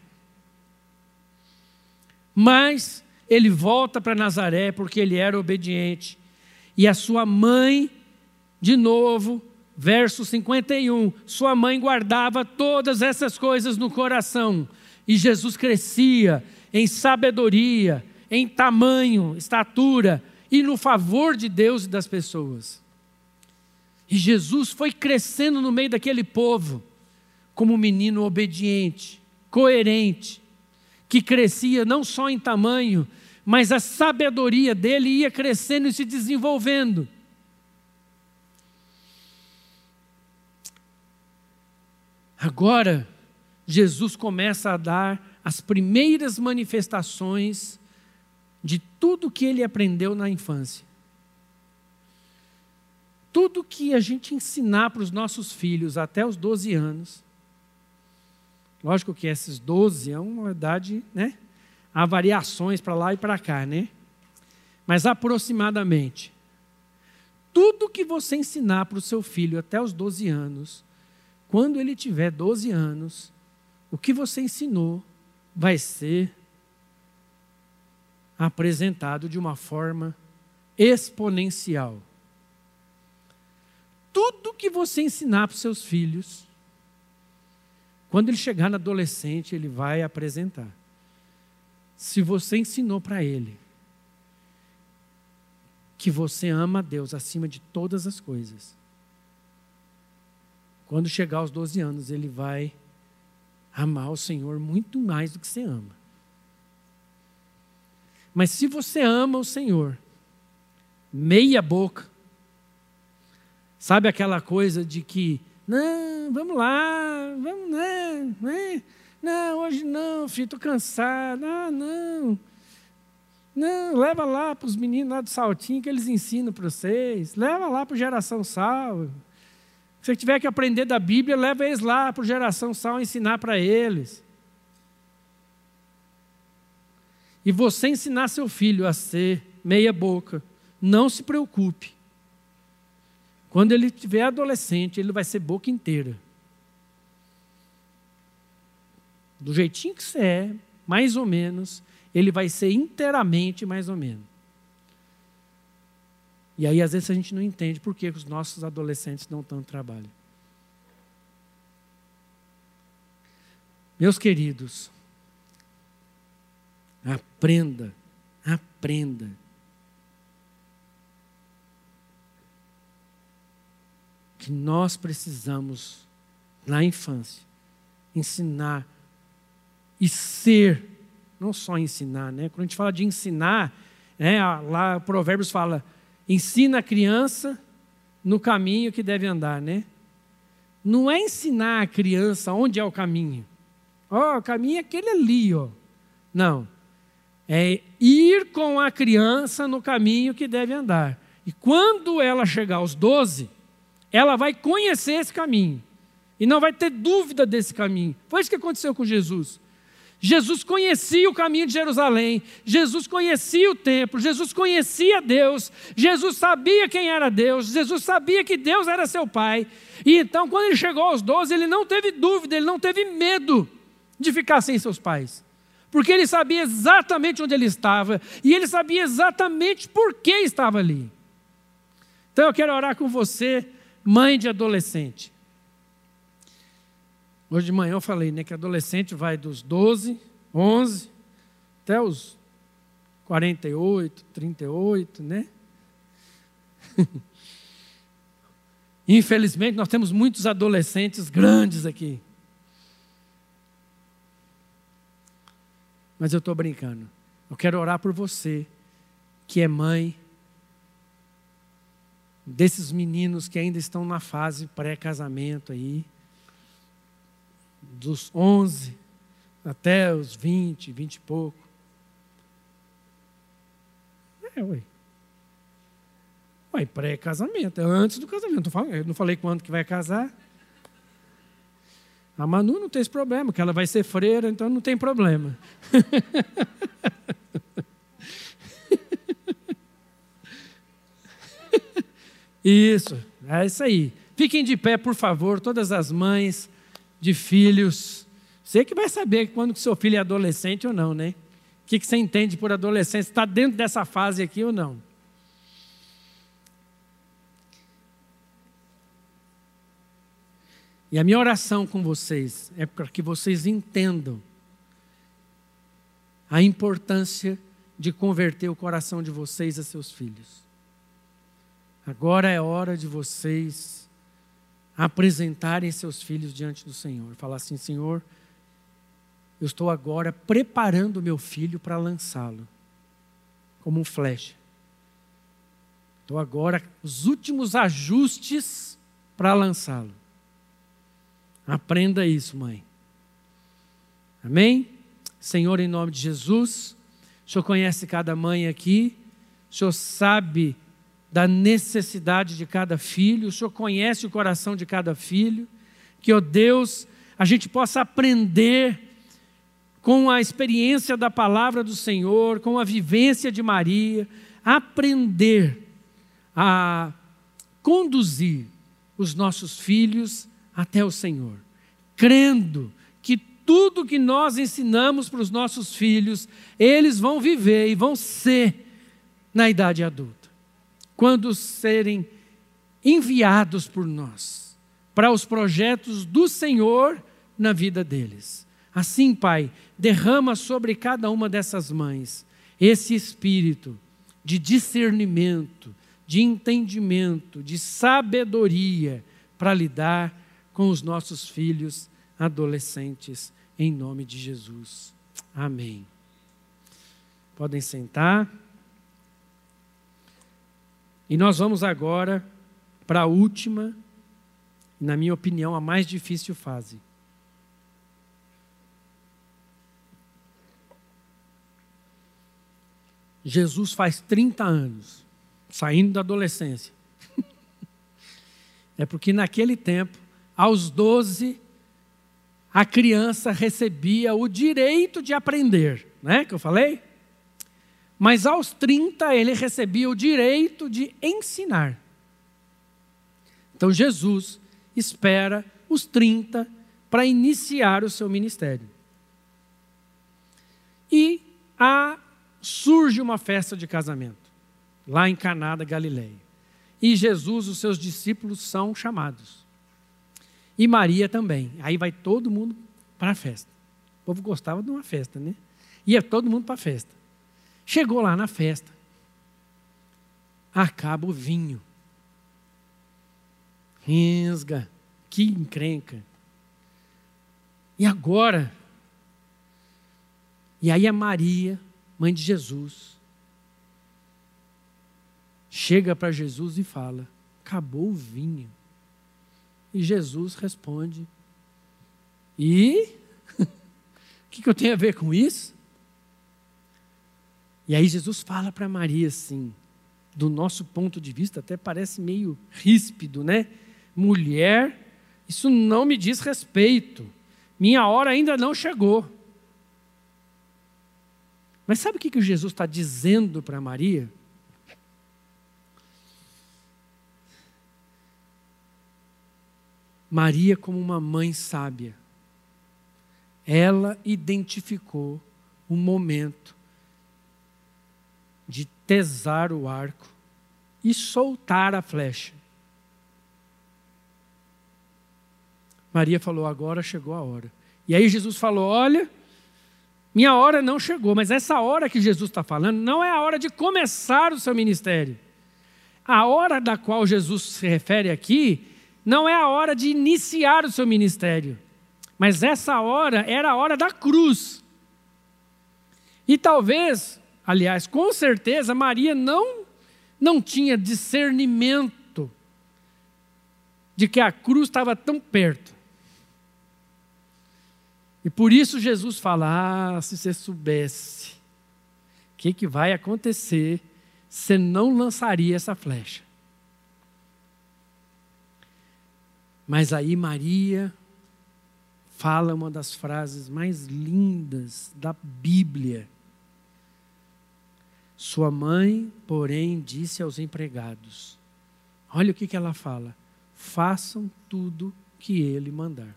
Mas ele volta para Nazaré porque ele era obediente. E a sua mãe, de novo, verso cinquenta e um, sua mãe guardava todas essas coisas no coração. E Jesus crescia em sabedoria, em tamanho, estatura e no favor de Deus e das pessoas. E Jesus foi crescendo no meio daquele povo como um menino obediente, coerente, que crescia não só em tamanho, mas a sabedoria dele ia crescendo e se desenvolvendo. Agora, Jesus começa a dar as primeiras manifestações de tudo que ele aprendeu na infância. Tudo que a gente ensinar para os nossos filhos até os doze anos, lógico que esses doze é uma idade, né? Há variações para lá e para cá, né? Mas aproximadamente, tudo que você ensinar para o seu filho até os doze anos, quando ele tiver doze anos, o que você ensinou vai ser apresentado de uma forma exponencial. Tudo que você ensinar para os seus filhos, quando ele chegar na adolescente, ele vai apresentar. Se você ensinou para ele que você ama a Deus acima de todas as coisas, quando chegar aos doze anos, ele vai amar o Senhor muito mais do que você ama. Mas se você ama o Senhor, meia boca, sabe aquela coisa de que, não, vamos lá, vamos, né, né, não, hoje não, filho, estou cansado, ah, não, não, leva lá para os meninos lá do Saltinho que eles ensinam para vocês, leva lá para o Geração Sal, se você tiver que aprender da Bíblia, leva eles lá para o Geração Sal ensinar para eles. E você ensinar seu filho a ser meia boca, não se preocupe. Quando ele tiver adolescente, ele vai ser boca inteira. Do jeitinho que você é, mais ou menos, ele vai ser inteiramente mais ou menos. E aí, às vezes, a gente não entende por que os nossos adolescentes não dão trabalho. Meus queridos, aprenda, aprenda. Que nós precisamos, na infância, ensinar e ser, não só ensinar, né? Quando a gente fala de ensinar, né, lá o Provérbios fala, ensina a criança no caminho que deve andar, né? Não é ensinar a criança onde é o caminho. Ó, oh, o caminho é aquele ali, ó. Não. É ir com a criança no caminho que deve andar. E quando ela chegar aos doze, ela vai conhecer esse caminho. E não vai ter dúvida desse caminho. Foi isso que aconteceu com Jesus. Jesus conhecia o caminho de Jerusalém, Jesus conhecia o templo, Jesus conhecia Deus, Jesus sabia quem era Deus, Jesus sabia que Deus era seu Pai. E então, quando ele chegou aos doze, ele não teve dúvida, ele não teve medo de ficar sem seus pais, porque ele sabia exatamente onde ele estava, e ele sabia exatamente por que estava ali. Então eu quero orar com você, mãe de adolescente. Hoje de manhã eu falei, né, que adolescente vai dos doze, onze, até os quarenta e oito, trinta e oito, né? Infelizmente nós temos muitos adolescentes grandes aqui. Mas eu estou brincando. Eu quero orar por você, que é mãe desses meninos que ainda estão na fase pré-casamento aí, dos onze até os vinte, vinte e pouco. É, ué. Ué, pré-casamento, é antes do casamento. Eu não falei quando que vai casar. A Manu não tem esse problema, que ela vai ser freira, então não tem problema. Isso, é isso aí. Fiquem de pé, por favor, todas as mães de filhos. Você que vai saber quando que seu filho é adolescente ou não, né? O que, que você entende por adolescente? Está dentro dessa fase aqui ou não? E a minha oração com vocês é para que vocês entendam a importância de converter o coração de vocês a seus filhos. Agora é hora de vocês apresentarem seus filhos diante do Senhor. Falar assim, Senhor, eu estou agora preparando o meu filho para lançá-lo, como um flecha. Estou agora, os últimos ajustes para lançá-lo. Aprenda isso, mãe. Amém? Senhor, em nome de Jesus, o Senhor conhece cada mãe aqui, o Senhor sabe da necessidade de cada filho, o Senhor conhece o coração de cada filho, que, ó Deus, a gente possa aprender com a experiência da palavra do Senhor, com a vivência de Maria, aprender a conduzir os nossos filhos até o Senhor, crendo que tudo que nós ensinamos para os nossos filhos, eles vão viver e vão ser na idade adulta, quando serem enviados por nós para os projetos do Senhor na vida deles. Assim, Pai, derrama sobre cada uma dessas mães esse espírito de discernimento, de entendimento, de sabedoria para lidar com os nossos filhos adolescentes, em nome de Jesus. Amém. Podem sentar. E nós vamos agora para a última, na minha opinião, a mais difícil fase. Jesus faz trinta anos, saindo da adolescência. É porque naquele tempo, aos doze, a criança recebia o direito de aprender, né, que eu falei? Mas aos trinta ele recebia o direito de ensinar. Então Jesus espera os trinta para iniciar o seu ministério. E a, surge uma festa de casamento, lá em Caná da Galileia. E Jesus, os seus discípulos são chamados. E Maria também. Aí vai todo mundo para a festa. O povo gostava de uma festa, né? Ia todo mundo para a festa. Chegou lá na festa. Acaba o vinho. Rensga. Que encrenca. E agora? E aí a Maria, mãe de Jesus, chega para Jesus e fala, acabou o vinho. E Jesus responde, e? O que, que eu tenho a ver com isso? E aí Jesus fala para Maria assim, do nosso ponto de vista até parece meio ríspido, né? Mulher, isso não me diz respeito, minha hora ainda não chegou. Mas sabe o que, que Jesus está dizendo para Maria? Maria, como uma mãe sábia, ela identificou o momento de tesar o arco e soltar a flecha. Maria falou, agora chegou a hora. E aí Jesus falou, olha, minha hora não chegou, mas essa hora que Jesus está falando não é a hora de começar o seu ministério. A hora da qual Jesus se refere aqui não é a hora de iniciar o seu ministério, mas essa hora era a hora da cruz. E talvez, aliás, com certeza, Maria não, não tinha discernimento de que a cruz estava tão perto. E por isso Jesus fala, ah, se você soubesse o que, que vai acontecer, você não lançaria essa flecha. Mas aí Maria fala uma das frases mais lindas da Bíblia. Sua mãe, porém, disse aos empregados, olha o que, que ela fala, façam tudo que ele mandar.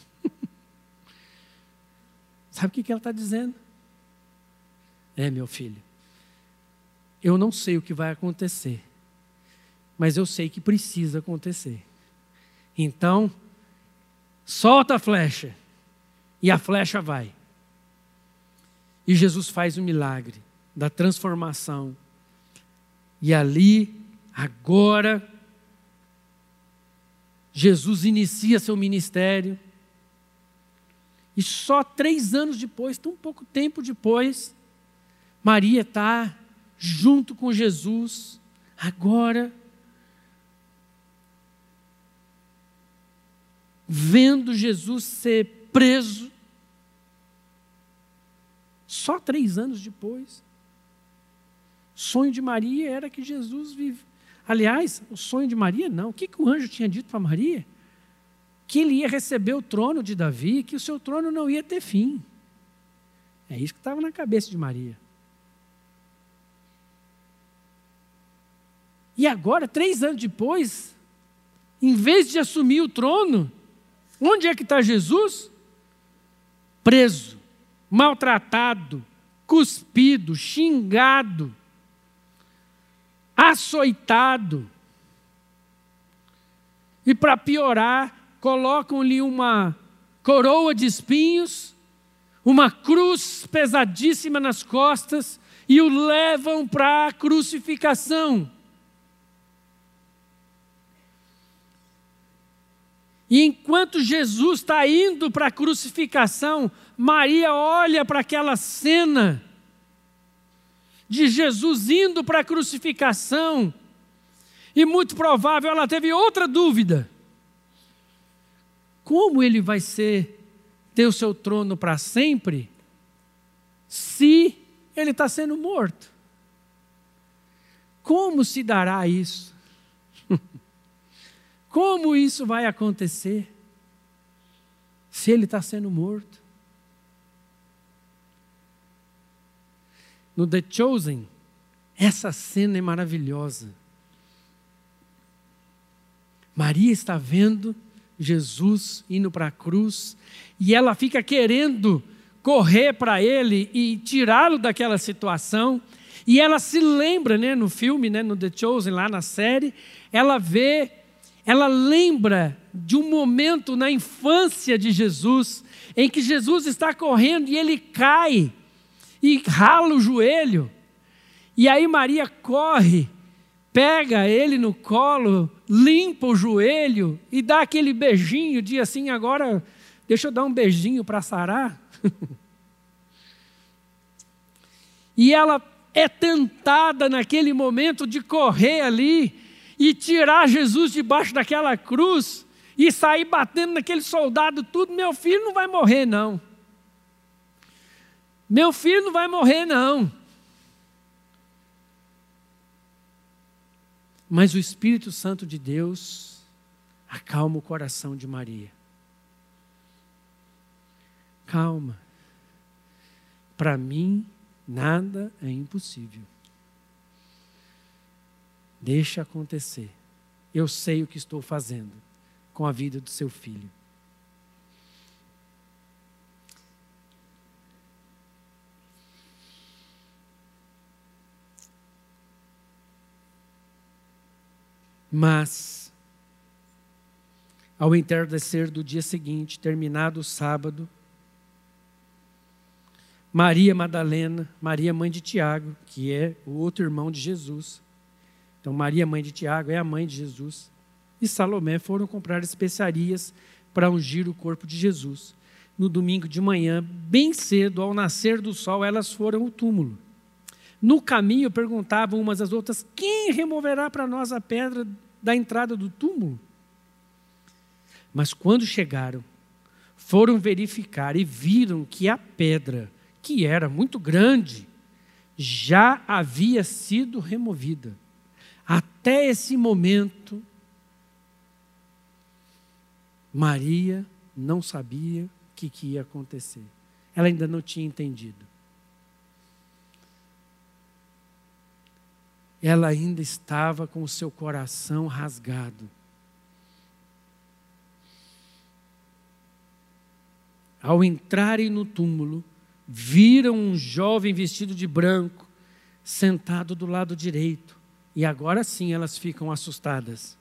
Sabe o que, que ela está dizendo? É, meu filho, eu não sei o que vai acontecer, mas eu sei que precisa acontecer. Então, solta a flecha, e a flecha vai. E Jesus faz o milagre da transformação. E ali, agora, Jesus inicia seu ministério. E só três anos depois, tão pouco tempo depois, Maria está junto com Jesus, agora, vendo Jesus ser preso, só três anos depois. O sonho de Maria era que Jesus vive. Aliás, o sonho de Maria não. O que, que o anjo tinha dito para Maria? Que ele ia receber o trono de Davi, que o seu trono não ia ter fim. É isso que estava na cabeça de Maria. E agora, três anos depois, em vez de assumir o trono, onde é que está Jesus? Preso, maltratado, cuspido, xingado, açoitado. E para piorar, colocam-lhe uma coroa de espinhos, uma cruz pesadíssima nas costas e o levam para a crucificação. E enquanto Jesus está indo para a crucificação, Maria olha para aquela cena de Jesus indo para a crucificação e muito provável ela teve outra dúvida. Como ele vai ser, ter o seu trono para sempre, se ele está sendo morto? Como se dará isso? Como isso vai acontecer se ele está sendo morto? No The Chosen, essa cena é maravilhosa. Maria está vendo Jesus indo para a cruz e ela fica querendo correr para ele e tirá-lo daquela situação. E ela se lembra, né, no filme, né, no The Chosen, lá na série, ela vê... Ela lembra de um momento na infância de Jesus, em que Jesus está correndo e ele cai e rala o joelho. E aí Maria corre, pega ele no colo, limpa o joelho e dá aquele beijinho, diz assim, agora deixa eu dar um beijinho para sarar. E ela é tentada naquele momento de correr ali e tirar Jesus debaixo daquela cruz e sair batendo naquele soldado tudo. Meu filho não vai morrer não. Meu filho não vai morrer não. Mas o Espírito Santo de Deus acalma o coração de Maria. Calma. Para mim Nada é impossível. Deixa acontecer. Eu sei o que estou fazendo com a vida do seu filho. Mas, ao entardecer do dia seguinte, terminado o sábado, Maria Madalena, Maria mãe de Tiago, que é o outro irmão de Jesus. Então, Maria mãe de Tiago é a mãe de Jesus. E Salomé foram comprar especiarias para ungir o corpo de Jesus. No domingo de manhã, bem cedo, ao nascer do sol, elas foram ao túmulo. No caminho, perguntavam umas às outras: quem removerá para nós a pedra da entrada do túmulo? Mas quando chegaram, foram verificar e viram que a pedra, que era muito grande, já havia sido removida. Até esse momento, Maria não sabia o que, que ia acontecer. Ela ainda não tinha entendido. Ela ainda estava com o seu coração rasgado. Ao entrarem no túmulo, viram um jovem vestido de branco, sentado do lado direito. E agora sim elas ficam assustadas.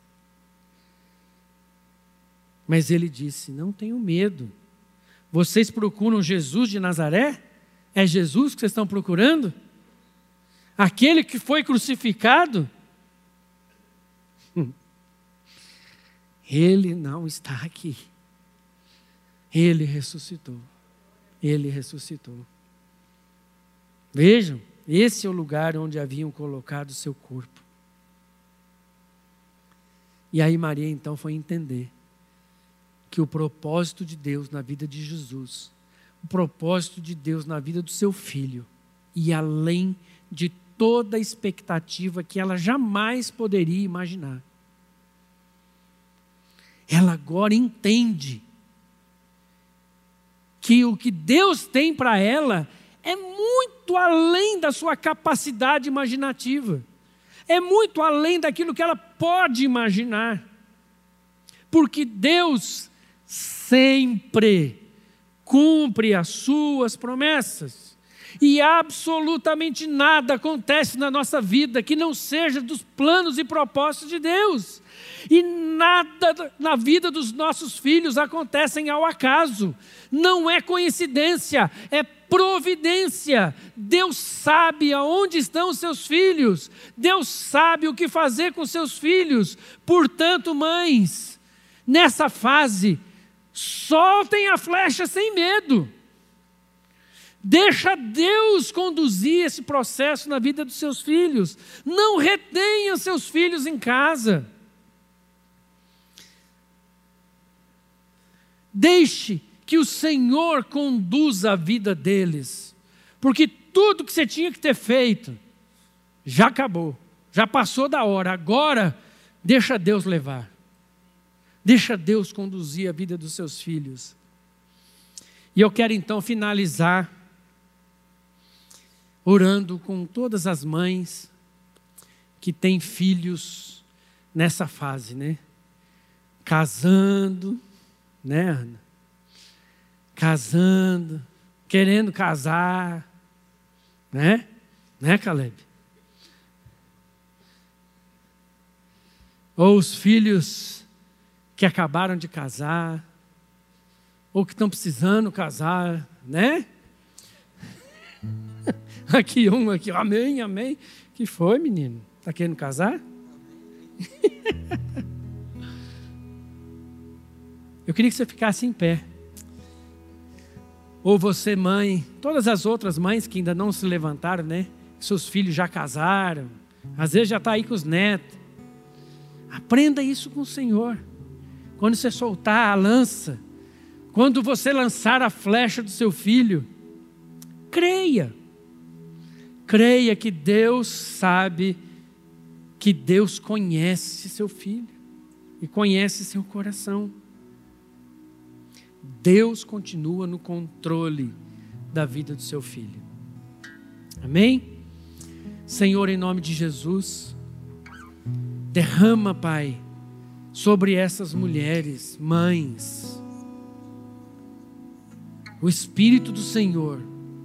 Mas ele disse: não tenham medo. Vocês procuram Jesus de Nazaré? É Jesus que vocês estão procurando? Aquele que foi crucificado? Ele não está aqui. Ele ressuscitou. Ele ressuscitou. Vejam, esse é o lugar onde haviam colocado o seu corpo. E aí Maria então foi entender que o propósito de Deus na vida de Jesus, o propósito de Deus na vida do seu filho, e além de toda a expectativa que ela jamais poderia imaginar. Ela agora entende que o que Deus tem para ela é muito além da sua capacidade imaginativa. É muito além daquilo que ela pode imaginar. Porque Deus sempre cumpre as suas promessas. E absolutamente nada acontece na nossa vida que não seja dos planos e propósitos de Deus. E nada na vida dos nossos filhos acontece ao acaso. Não é coincidência, é providência. Deus sabe aonde estão os seus filhos. Deus sabe o que fazer com seus filhos. Portanto, mães, nessa fase, soltem a flecha sem medo. Deixa Deus conduzir esse processo na vida dos seus filhos. Não retenha seus filhos em casa. Deixe que o Senhor conduza a vida deles. Porque tudo que você tinha que ter feito, já acabou. Já passou da hora. Agora, deixa Deus levar. Deixa Deus conduzir a vida dos seus filhos. E eu quero então finalizar orando com todas as mães que têm filhos nessa fase, né? Casando, né, Ana? Casando, querendo casar, né? Né, Caleb? Ou os filhos que acabaram de casar, ou que estão precisando casar, né? Aqui um, aqui, amém, amém. Que foi, menino? Está querendo casar? Eu queria que você ficasse em pé. Ou você, mãe, todas as outras mães que ainda não se levantaram, né? Seus filhos já casaram, às vezes já está aí com os netos. Aprenda isso com o Senhor. Quando você soltar a lança, quando você lançar a flecha do seu filho, creia. Creia que Deus sabe, que Deus conhece seu filho e conhece seu coração. Deus continua no controle da vida do seu filho. Amém? Senhor, em nome de Jesus, derrama, Pai, sobre essas mulheres, mães, o Espírito do Senhor,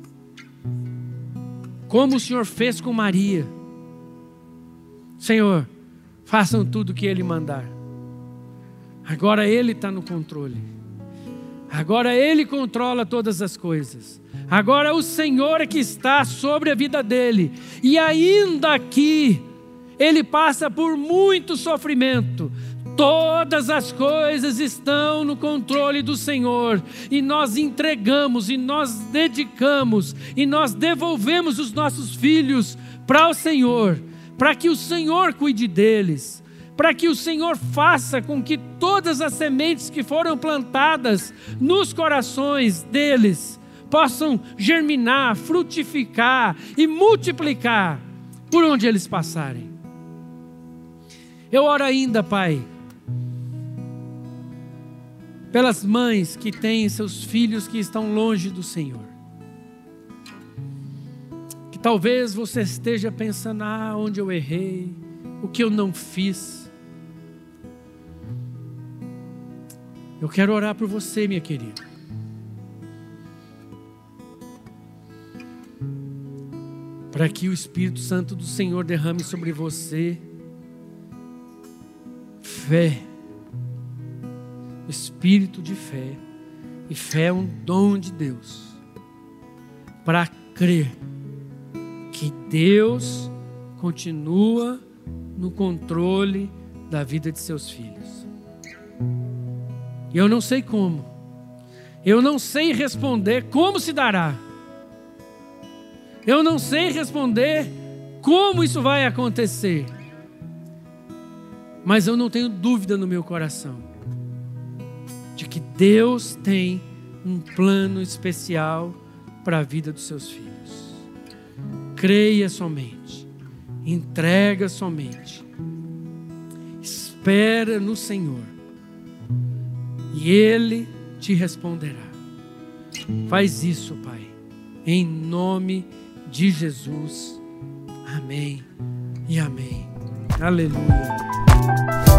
como o Senhor fez com Maria. Senhor, façam tudo o que Ele mandar. Agora Ele está no controle. Agora Ele controla todas as coisas. Agora o Senhor é que está sobre a vida dele. E ainda que ele passa por muito sofrimento, todas as coisas estão no controle do Senhor. E nós entregamos, e nós dedicamos, e nós devolvemos os nossos filhos para o Senhor, para que o Senhor cuide deles, para que o Senhor faça com que todas as sementes que foram plantadas nos corações deles possam germinar, frutificar e multiplicar por onde eles passarem. Eu oro ainda, Pai, pelas mães que têm seus filhos que estão longe do Senhor. Que talvez você esteja pensando, ah, onde eu errei, o que eu não fiz. Eu quero orar por você, minha querida. Para que o Espírito Santo do Senhor derrame sobre você fé, espírito de fé. E fé é um dom de Deus, para crer que Deus continua no controle da vida de seus filhos. E eu não sei como, eu não sei responder como se dará, eu não sei responder como isso vai acontecer, mas eu não tenho dúvida no meu coração de que Deus tem um plano especial para a vida dos seus filhos. Creia somente, entrega somente, espera no Senhor e Ele te responderá. Faz isso, Pai, em nome de Jesus. Amém e amém. Aleluia.